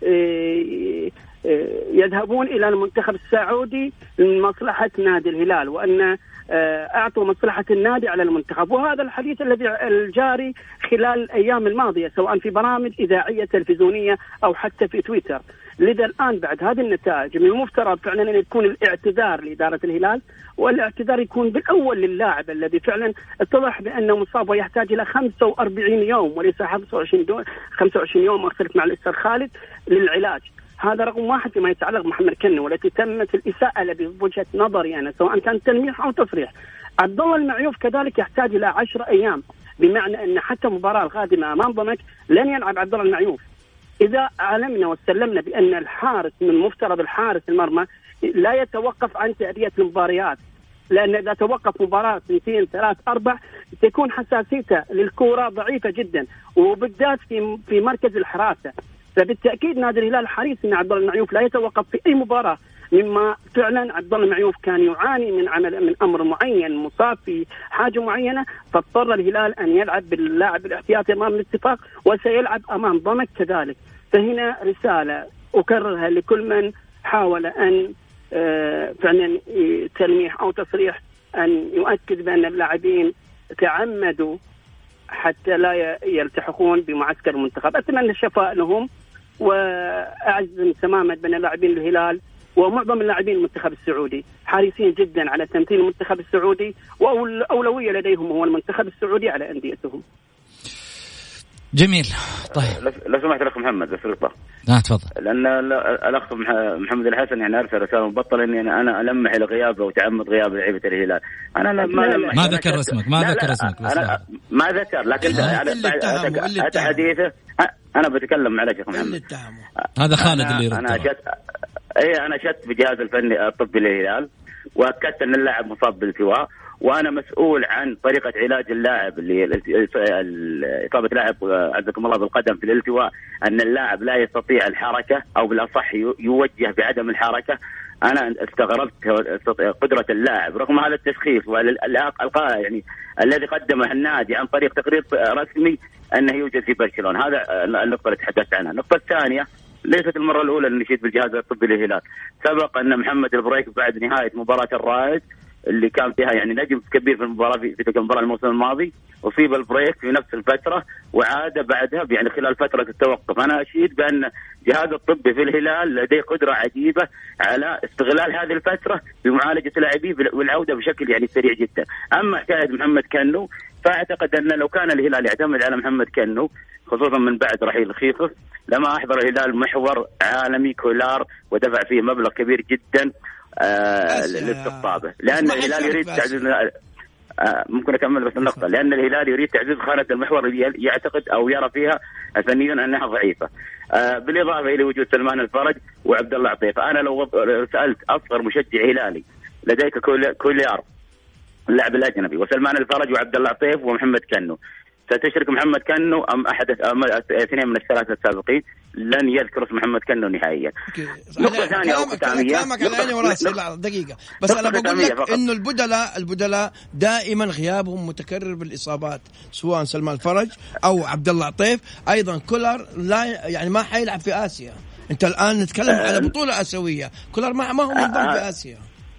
يذهبون إلى المنتخب السعودي لمصلحة نادي الهلال، وأن أعطوا مصلحة النادي على المنتخب. وهذا الحديث الذي الجاري خلال الأيام الماضية سواء في برامج إذاعية تلفزيونية أو حتى في تويتر. لذا الآن بعد هذه النتائج من المفترض فعلا أن يكون الاعتذار لإدارة الهلال، والاعتذار يكون بالأول للاعب الذي فعلا اتضح بأنه مصاب ويحتاج إلى 45 يوم وليس 25 يوم، أختلف مع الأستاذ خالد، للعلاج. هذا رقم واحد فيما يتعلق بمحمد كنو، والتي تمت الإساءة بوجهة نظري أنا سواء كان تلميح أو تصريح. عبد الله المعيوف كذلك يحتاج إلى 10 أيام، بمعنى أن حتى المباراة القادمة أمام ضمك لن يلعب عبد الله المعيوف. إذا علمنا واستلمنا بأن الحارس من مفترض الحارس المرمى لا يتوقف عن تأدية المباريات، لأن إذا توقف مباراة 2 3 4 تكون حساسيته للكرة ضعيفة جدا، وبالذات في مركز الحراسة. فبالتأكيد نادي الهلال حريص أن عبد الله المعيوف لا يتوقف في أي مباراة، مما فعلا عبد الله المعيوف كان يعاني من أمر معين، مصاب في حاجة معينة، فاضطر الهلال أن يلعب باللاعب الاحتياطي أمام الاتفاق وسيلعب أمام ضمك كذلك. فهنا رسالة أكررها لكل من حاول أن فعلا تلميح أو تصريح أن يؤكد بأن اللاعبين تعمدوا حتى لا يلتحقون بمعسكر المنتخب. أتمنى الشفاء لهم، وأعزم تماما بأن اللاعبين الهلال ومعظم اللاعبين المنتخب السعودي حريصين جدا على تمثيل المنتخب السعودي، والأولوية لديهم هو المنتخب السعودي على أنديتهم. جميل. طيب لو سمحت لك محمد بس رفض. تفضل. لأن الأخ محمد الحسن يعني أرسل رسالة مبطلة إني أنا ألمح إلى غيابه وتعمد غياب لعيبة الهلال. أنا ما ذكر اسمك أنا ما ذكر، لكن أتى حديثه أنا بتكلم معلش يا محمد. هذا خالد اللي يرد. أنا شت بجهاز الفني الطبي للهلال، وأكدت أن اللاعب مصاب بالالتواء، وأنا مسؤول عن طريقة علاج اللاعب اللي إصابة لاعب عزكم الله بالقدم في الالتواء، أن اللاعب لا يستطيع الحركة أو بالأصح يوجه بعدم الحركة. أنا استغربت قدرة اللاعب رغم هذا التشخيص والإلقاء يعني الذي قدمه النادي عن طريق تقرير رسمي أنه يوجد في برشلونة. هذا النقطة اللي تحدثت عنها. النقطة الثانية، ليست المرة الأولى أن نشيد بالجهاز الطبي للهلال. سبق أن محمد البريك بعد نهاية مباراة الرائد اللي كان فيها يعني نجم كبير في المباراة في تلك المباراة الموسم الماضي، أصيب البريك في نفس الفترة وعاد بعدها يعني خلال فترة التوقف. أنا أشيد بأن جهاز الطبي في الهلال لديه قدرة عجيبة على استغلال هذه الفترة بمعالجة اللاعبين والعودة بشكل يعني سريع جدا. أما حكاية محمد كنو، فأعتقد أن لو كان الهلال يعتمد على محمد كنو خصوصا من بعد رحيل خيفص لما أحضر الهلال محور عالمي كولار ودفع فيه مبلغ كبير جدا للاستقطابه، لأن الهلال يريد تعزيز ممكن أكمل بس النقطة، لأن الهلال يريد تعزيز خانة المحور اللي يعتقد أو يرى فيها الفنيون أنها ضعيفة، بالإضافة إلى وجود سلمان الفرج وعبد الله عطيف. أنا لو سألت أصغر مشجع هلالي لديك كوليار اللاعب الأجنبي وسلمان الفرج وعبد الله عطيف ومحمد كنو، ستشرك محمد كنو أم أحد اثنين من الثلاثة السابقين؟ لن يذكر اسم محمد كنو نهائيا. نقطة ثانية كلامك على عيني وراسي. دقيقة بس أنا بقول لك إنه البدلاء دائما غيابهم متكرر بالإصابات، سواء سلمان الفرج أو عبد الله عطيف. أيضا كولر لا يعني ما حيلعب في آسيا. أنت الآن نتكلم على بطولة آسيوية، كولر ما هو منضم في آسيا.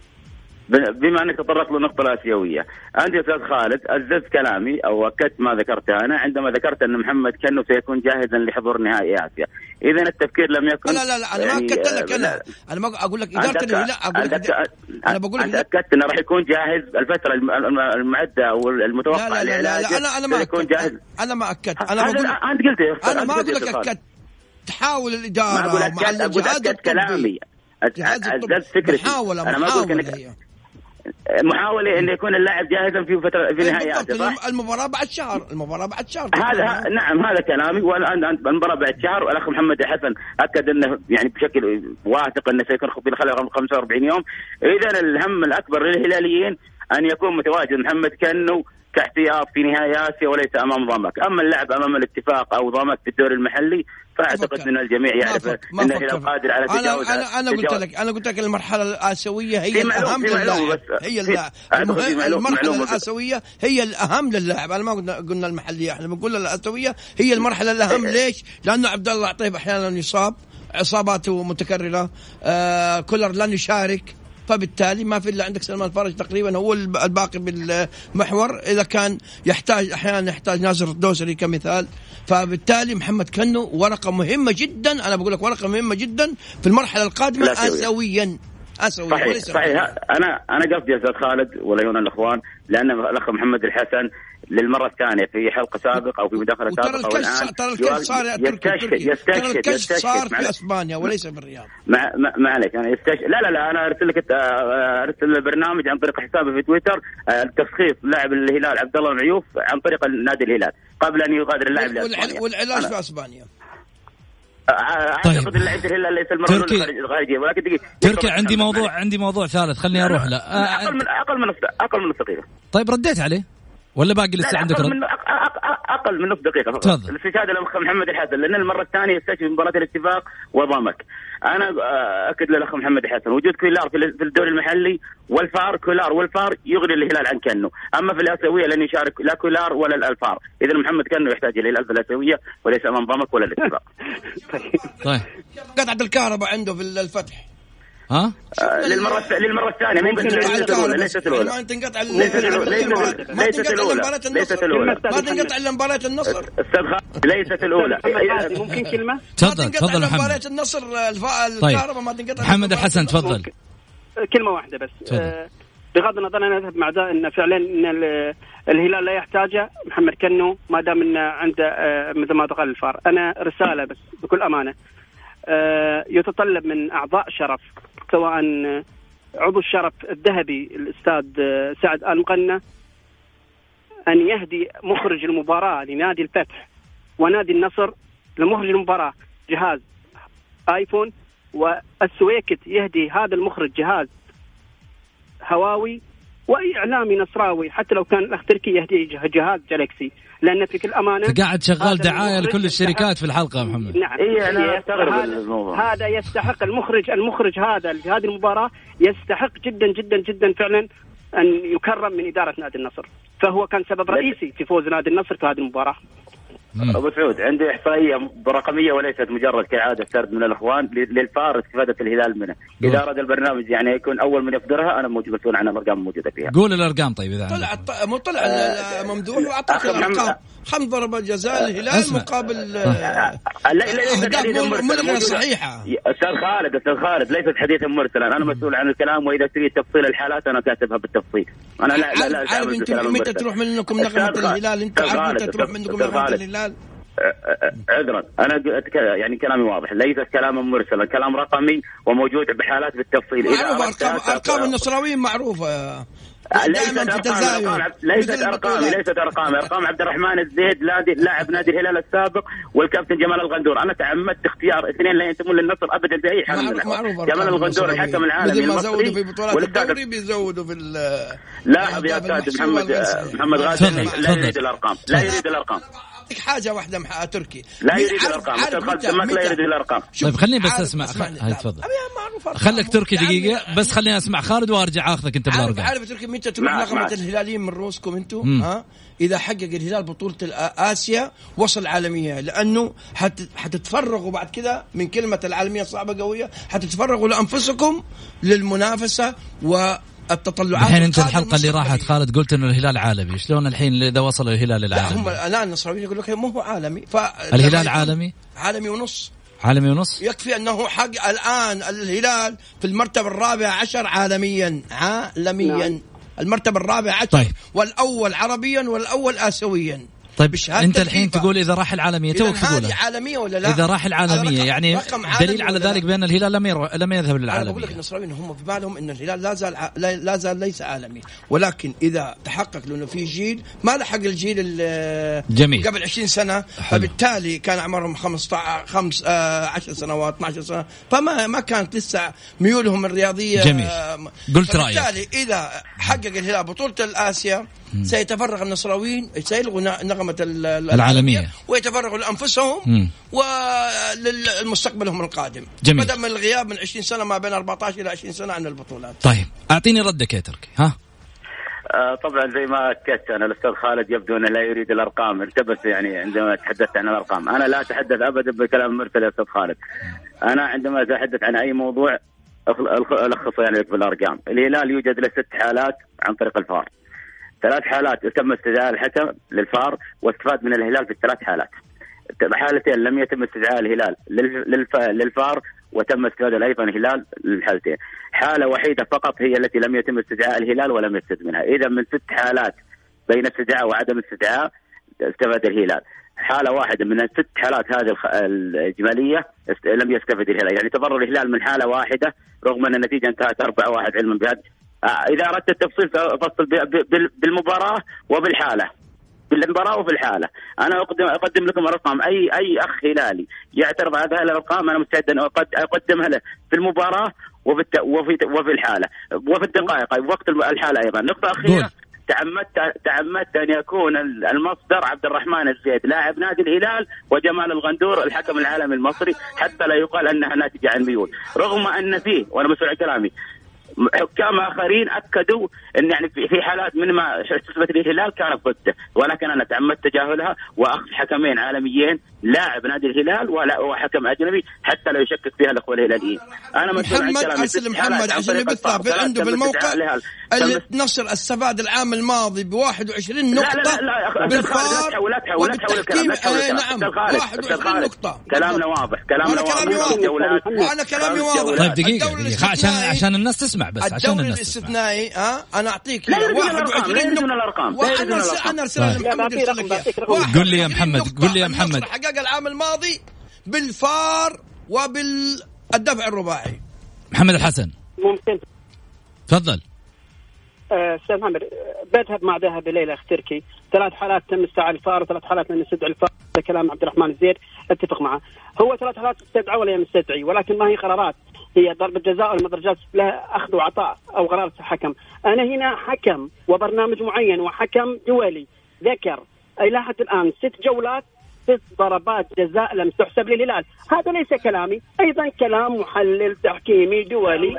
بما أنك تطرقت للنقطة الآسيوية، أنت يا أستاذ خالد أززت كلامي أو أكدت ما ذكرته أنا عندما ذكرت أن محمد كنو سيكون جاهزا لحضور نهائي آسيا. إذا التفكير لم يكن. لا أنا ما أكدت لك. أنا ما أقول لك إدارة الهلال. أنا بقول لك أنت أكدت أنه راح يكون جاهز الفترة المعدة أو المتوقعة للعلاج. أنا ما يكون جاهز. أنا ما أكدت. أنا بقول أنت قلت. أنا ما أقول لك أكدت. تحاول الإدارة مع الجهاز كلامي. أززت فكرتي. أنا ما أقول إنك محاولة أن يكون اللاعب جاهزا في نهايات المباراة بعد شهر. هذا نعم هذا كلامي، والآن المباراة بعد شهر. والأخ محمد الحسن أكد أنه يعني بشكل واثق أنه سيكون خلال 45 يوم. إذن الهم الأكبر للهلاليين أن يكون متواجد محمد كنو كاحتياط في نهاية آسيا وليس أمام ضمك. أما اللعب أمام الاتفاق أو ضمك في الدوري المحلي فأعتقد أن الجميع يعرف أن الهلال قادر على تجاوز. أنا قلت لك المرحلة الآسيوية هي الأهم للاعب. المرحلة الآسيوية هي الأهم للاعب. أنا ما قلنا المحلية، احنا بنقول الآسيوية هي المرحلة الأهم. ليش؟ لأنه عبد الله عطيف أحيانا يصاب، إصاباته متكررة، كولر لن يشارك، فبالتالي ما في إلا عندك سلمان الفرج تقريبا هو الباقي بالمحور. إذا كان أحيانا يحتاج ناصر الدوسري كمثال، فبالتالي محمد كنو ورقة مهمة جدا. أنا بقول لك ورقة مهمة جدا في المرحلة القادمة آسيويا. صحيح. أنا قصدي يا أستاذ خالد ولا يهون الأخوان، لأن الأخ محمد الحسن للمرة الثانية في حلقة سابقة أو في مداخلة سابقة والآن ترى الكشف صار في أسبانيا وليس في الرياض. ما عليك أنا لا أنا أرسل البرنامج عن طريق حسابي في تويتر تشخيص لاعب الهلال عبد الله معيوف عن طريق نادي الهلال قبل أن يغادر اللاعب لأسبانيا. والعلاج في أسبانيا. أعتقد اللعيبة الهلال ليس المرة الخارجية، ولكن تركي عندي موضوع ثالث خلني أروح له. أقل من نص دقيقة. طيب رديت عليه ولا باقي لسه عندك رد؟ أقل من نص دقيقة فقط. الاستشهاد الأخ محمد الحسن، لأن المرة الثانية يستشهد مباراة الاتفاق وضمك. أنا أكد للأخ محمد الحسن وجود كولار في الدوري المحلي كولار والفار يغني الهلال عن كنو. أما في الآسيوية لن يشارك لا كولار ولا الفار. إذا محمد كنو يحتاج الهلال في الآسيوية وليس أمام ضمك ولا الاتفاق. طيب قطعة الكهرباء عنده في الفتح. ها للمرة الثانية ليست الأولى ما تنقطع ما تنقطع إلا مباراة النصر ليست الأولى. ممكن كلمة تفضل محمد. مباراة النصر الكهرباء ما تنقطع. محمد الحسن تفضل. كلمة واحدة بس. بغض النظر أنا أذهب مع ذا إن فعلا إن الهلال لا يحتاجه محمد كنو ما دام إنه عنده مثل ما قال الفار. أنا رسالة بس بكل أمانة يتطلب من أعضاء شرف سواء عضو الشرف الذهبي الأستاذ سعد آل مقنة أن يهدي مخرج المباراة لنادي الفتح ونادي النصر لمخرج المباراة جهاز آيفون، والسويكت يهدي هذا المخرج جهاز هواوي، وأي إعلامي نصراوي حتى لو كان الأخ تركي يهدي جهاز جالكسي، لأن في كل أمانة قاعد شغال دعاية لكل الشركات في الحلقة محمد. نعم. أنا هذا يستحق المخرج هذا لهذه المباراة يستحق جدا جدا جدا فعلا أن يكرم من إدارة نادي النصر، فهو كان سبب رئيسي في فوز نادي النصر في هذه المباراة. أبو سعود عندي إحصائية رقمية وليست مجرد كعادة سرد من الأخوان للفار استفادة الهلال منه. إذا أراد البرنامج يعني يكون أول من يصدرها أنا موجود مسؤول عن الأرقام الموجودة فيها. قول الأرقام طيب. إذا طلع ممدوح وأعطاك الأرقام. 5 ضربات جزاء الهلال مقابل أهداف صحيحة. أستاذ خالد ليست حديثا مرسلا، أنا مسؤول عن الكلام، وإذا تريد تفصيل الحالات أنا كاتبها بالتفصيل. أنا لا عارف أنتم متى تروح منكم نغمة الهلال؟ أنت عارف متى تروح منكم نغمة الهلال؟ عذرا أنا يعني كلامي واضح، ليس كلاما مرسلا، كلام رقمي وموجود بحالات بالتفصيل. أرقام النصراويين معروفة. ليست أرقام أرقام عبد الرحمن الزيد لاعب نادي الهلال السابق والكابتن جمال الغندور. أنا تعمدت اختيار اثنين لا ينتمون للنصر أبدا بأي حال. جمال الغندور الحكم العالمي المصري في بطولات الدوري بيزودوا في لاعب يا أستاذ محمد غازي لا يريد الأرقام. حاجة واحدة مع تركي لا يريد الأرقام. لا يريد الأرقام. طيب خليني بس أسمع. تفضل. خليك تركي دقيقة بس، خليني أسمع خالد وأرجع أخذك أنت بالأرقام. عارف تركي متى تروح نغمة الهلاليين من روسكم أنتم؟ إذا حقق الهلال بطولة آسيا وصل عالمية، لأنه حتتفرغوا بعد كذا من كلمة العالمية صعبة قوية، حتتفرغوا لأنفسكم للمنافسة التطلعات. الحين انت الحلقه اللي راحت خالد قلت انه الهلال عالمي، شلون الحين اذا وصل الهلال العالمي؟ هم الان النصراويين يقول لك مو هو عالمي، الهلال عالمي ونص. يكفي انه حق الان الهلال في المرتبه الرابعه عشر عالميا. المرتبه الرابعه عشر. طيب. والاول عربيا والاول اسيويا. طيب انت الحين تقول اذا راح العالمية، توك تقول عالمية ولا لا؟ اذا راح العالمية يعني دليل على ذلك بان الهلال لم يذهب للعالمية. انا بقول لك النصراويين هم في بالهم ان الهلال لا زال ليس عالمي، ولكن اذا تحقق لانه في جيل ما لحق الجيل جميل قبل 20 سنة، فبالتالي كان عمرهم 10 سنوات 12 سنة، فما كانت لسه ميولهم الرياضية. جميل. قلت رأيك. بالتالي اذا حقق الهلال بطولة الآسيا سيتفرغ النصراويين، سيلغوا نغمة العالمية ويتفرغوا لأنفسهم وللمستقبلهم القادم. بدأ من الغياب من 20 سنة ما بين 14 إلى 20 سنة عن البطولات. طيب أعطيني ردك يا تركي. طبعا زي ما أكدت أنا الأستاذ خالد يبدو أنه لا يريد الأرقام، التبس يعني عندما تحدثت عن الأرقام. أنا لا أتحدث أبدا بكلام مرسل يا أستاذ خالد. أنا عندما أتحدث عن أي موضوع ألخصه يعني بالأرقام. الهلال يوجد له 6 حالات عن طريق الفار، 3 حالات تم استدعاء الحكم للفار واستفاد من الهلال في ال3 حالات. حالتين لم يتم استدعاء الهلال للفار وتم استفاد أيضا الهلال للحالتين. حالة وحيدة فقط هي التي لم يتم استدعاء الهلال ولم يستفد منها. إذا من 6 حالات بين استدعاء وعدم استدعاء استفاد الهلال. حالة واحدة من ال6 حالات هذه الإجمالية لم يستفد الهلال، يعني تضرر الهلال من حالة واحدة رغم أن النتيجة انتهت 4-1 علما بهذا. إذا أردت التفصيل فأفصل بالمباراة وبالحالة، بالمباراة وفي الحالة. أنا أقدم لكم رقم أي أخ هلالي يعترض على هذه الأرقام أنا مستعد أن أقدمها له في المباراة وفي الحالة وفي الدقائق وقت الحالة أيضا. نقطة أخيرة، تعمدت أن يكون المصدر عبد الرحمن الزيد لاعب نادي الهلال وجمال الغندور الحكم العالمي المصري حتى لا يقال أنها ناتجة عن ميول، رغم أن فيه وأنا مسؤول عن كلامي حكام آخرين أكدوا أن يعني في حالات من ما تثبت الهلال كانت ضده، ولكن أنا تعمدت تجاهلها وأخذ حكمين عالميين لاعب نادي الهلال وحكم أجنبي حتى لو يشكك فيها الأخوة الهلاليين. أنا محمد أرسل محمد عشان يبثها في عنده بالموقع النصر استفاد العام الماضي ب21 نقطة بالفار وبالتحكيم. نعم 21 نقطة. كلامنا واضح. وأنا كلامي واضح. طيب دقيقة عشان الناس تسمع بس. الدوري الاستثنائي أنا أعطيك 21 نقطة وأنا أرسل محمد. قل لي يا محمد حقق العام الماضي بالفار وبالدفع الرباعي. محمد الحسن ممكن تفضل. استاذ محمد بذهب مع ذهب ليلى اخ تركي 3 حالات تم استدعاء الفار و3 حالات لم يستدعي الفار. هذا كلام عبد الرحمن الزير اتفق معه. هو 3 حالات استدعى ولا يستدعي ولكن ما هي قرارات، هي ضربة جزاء والمدرجات لها أخذ وعطاء أو قرار حكم. أنا هنا حكم وبرنامج معين وحكم دولي ذكر إلى حد الآن 6 جولات 6 ضربات جزاء لم تحسب للهلال. هذا ليس كلامي، أيضا كلام محلل تحكيمي دولي.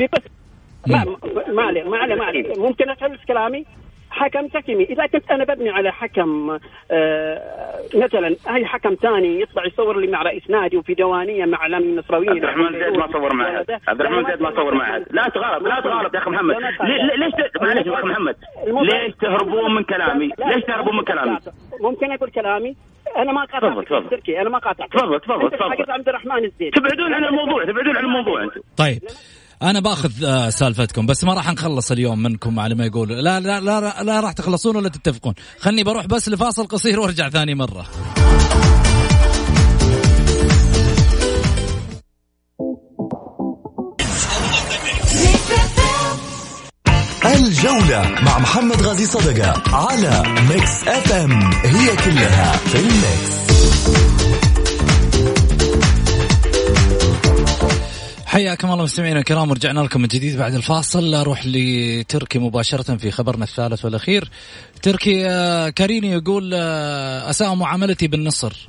ما عليه ممكن أتحدث كلامي حكم تحكيمي. إذا كنت أنا ببني على حكم مثلا أي حكم ثاني يطلع يصور لي مع رئيس نادي وفي ديوانية مع إعلامي النصراويين. عبد الرحمن زيد ما صور معه. عبد الرحمن زيد ما صور معه. لا تغالط يا أخي محمد. ليش معلش يا أخي محمد ليش تهربون من كلامي؟ ممكن أقول كلامي؟ أنا ما قاطعت تركي، أنا ما قاطعت. تفضل عبد الرحمن الزيد. تبعدون عن الموضوع أنتم. طيب أنا باخذ سالفتكم بس ما راح نخلص اليوم منكم على ما يقول. لا راح تخلصون ولا تتفقون. خلني بروح بس لفاصل قصير وارجع ثاني مرة. الجولة مع محمد غازي صدقة على ميكس اف ام، هي كلها في الميكس. حياكم الله مستمعينا الكرام، ورجعنا لكم من جديد بعد الفاصل. أروح لتركي مباشرة في خبرنا الثالث والأخير. تركي كاريني يقول أساء معاملتي بالنصر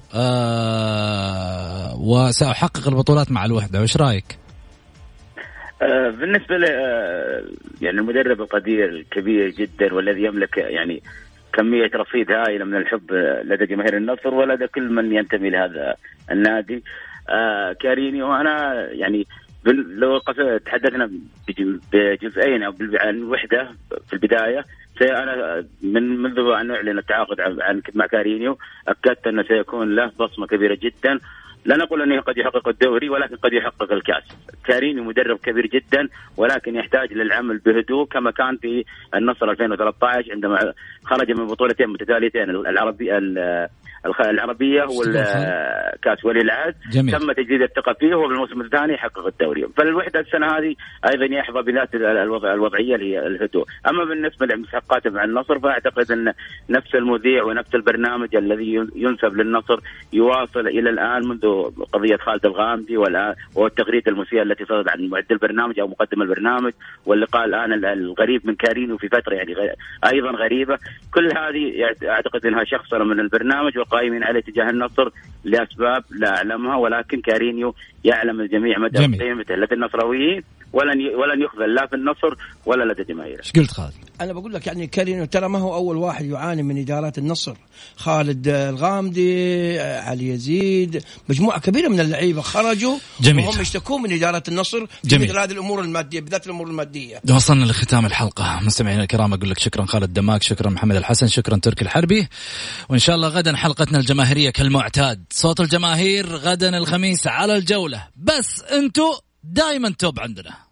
وسأحقق البطولات مع الوحدة، وإيش رأيك؟ بالنسبة ل يعني المدرب القدير الكبير جدا والذي يملك يعني كمية رصيد هائلة من الحب لدى جماهير النصر ولدى كل من ينتمي لهذا النادي كاريني. وأنا يعني لو تحدثنا بجزئين أو عن وحدة في البداية، أنا منذ أن أعلن التعاقد مع كارينيو أكدت أنه سيكون له بصمة كبيرة جدا. لا نقول أنه قد يحقق الدوري ولكن قد يحقق الكأس. كارينيو مدرب كبير جدا ولكن يحتاج للعمل بهدوء كما كان في النصر 2013 عندما خرج من بطولتين متتاليتين، العربية والكاس ولي العهد. تم تجديد الثقة فيه وبالموسم الثاني يحقق الدوري. فالوحدة السنة هذه أيضا يحظى بذات الوضعية اللي هي الهدوء. أما بالنسبة لمستحقاته مع النصر فأعتقد أن نفس المذيع ونفس البرنامج الذي ينسب للنصر يواصل إلى الآن منذ قضية خالد الغامدي والتغريدة المسيئة التي صدرت عن معد البرنامج أو مقدم البرنامج، واللقاء الآن الغريب من كارينيو في فترة يعني أيضا غريبة. كل هذه أعتقد أنها شخصنة من البرنامج وقائمين عليه تجاه النصر لأسباب لا أعلمها، ولكن كارينيو يعلم الجميع مدى قيمته لدى النصراويين ولن يخذل لا في النصر ولا لدى جماهيره. ايش قلت خالد؟ انا بقول لك يعني كارينيو ترى ما هو اول واحد يعاني من ادارات النصر. خالد الغامدي، علي يزيد، مجموعه كبيره من اللعيبه خرجوا وهم يشتكون من ادارات النصر في مثل هذه الامور الماديه، بالذات الامور الماديه. وصلنا لختام الحلقه. مستمعينا الكرام اقول لك شكرا خالد دماك، شكرا محمد الحسن، شكرا تركي الحربي، وان شاء الله غدا حلقتنا الجماهيريه كالمعتاد. صوت الجماهير غدا الخميس على الجوله، بس انتو دائما توب عندنا.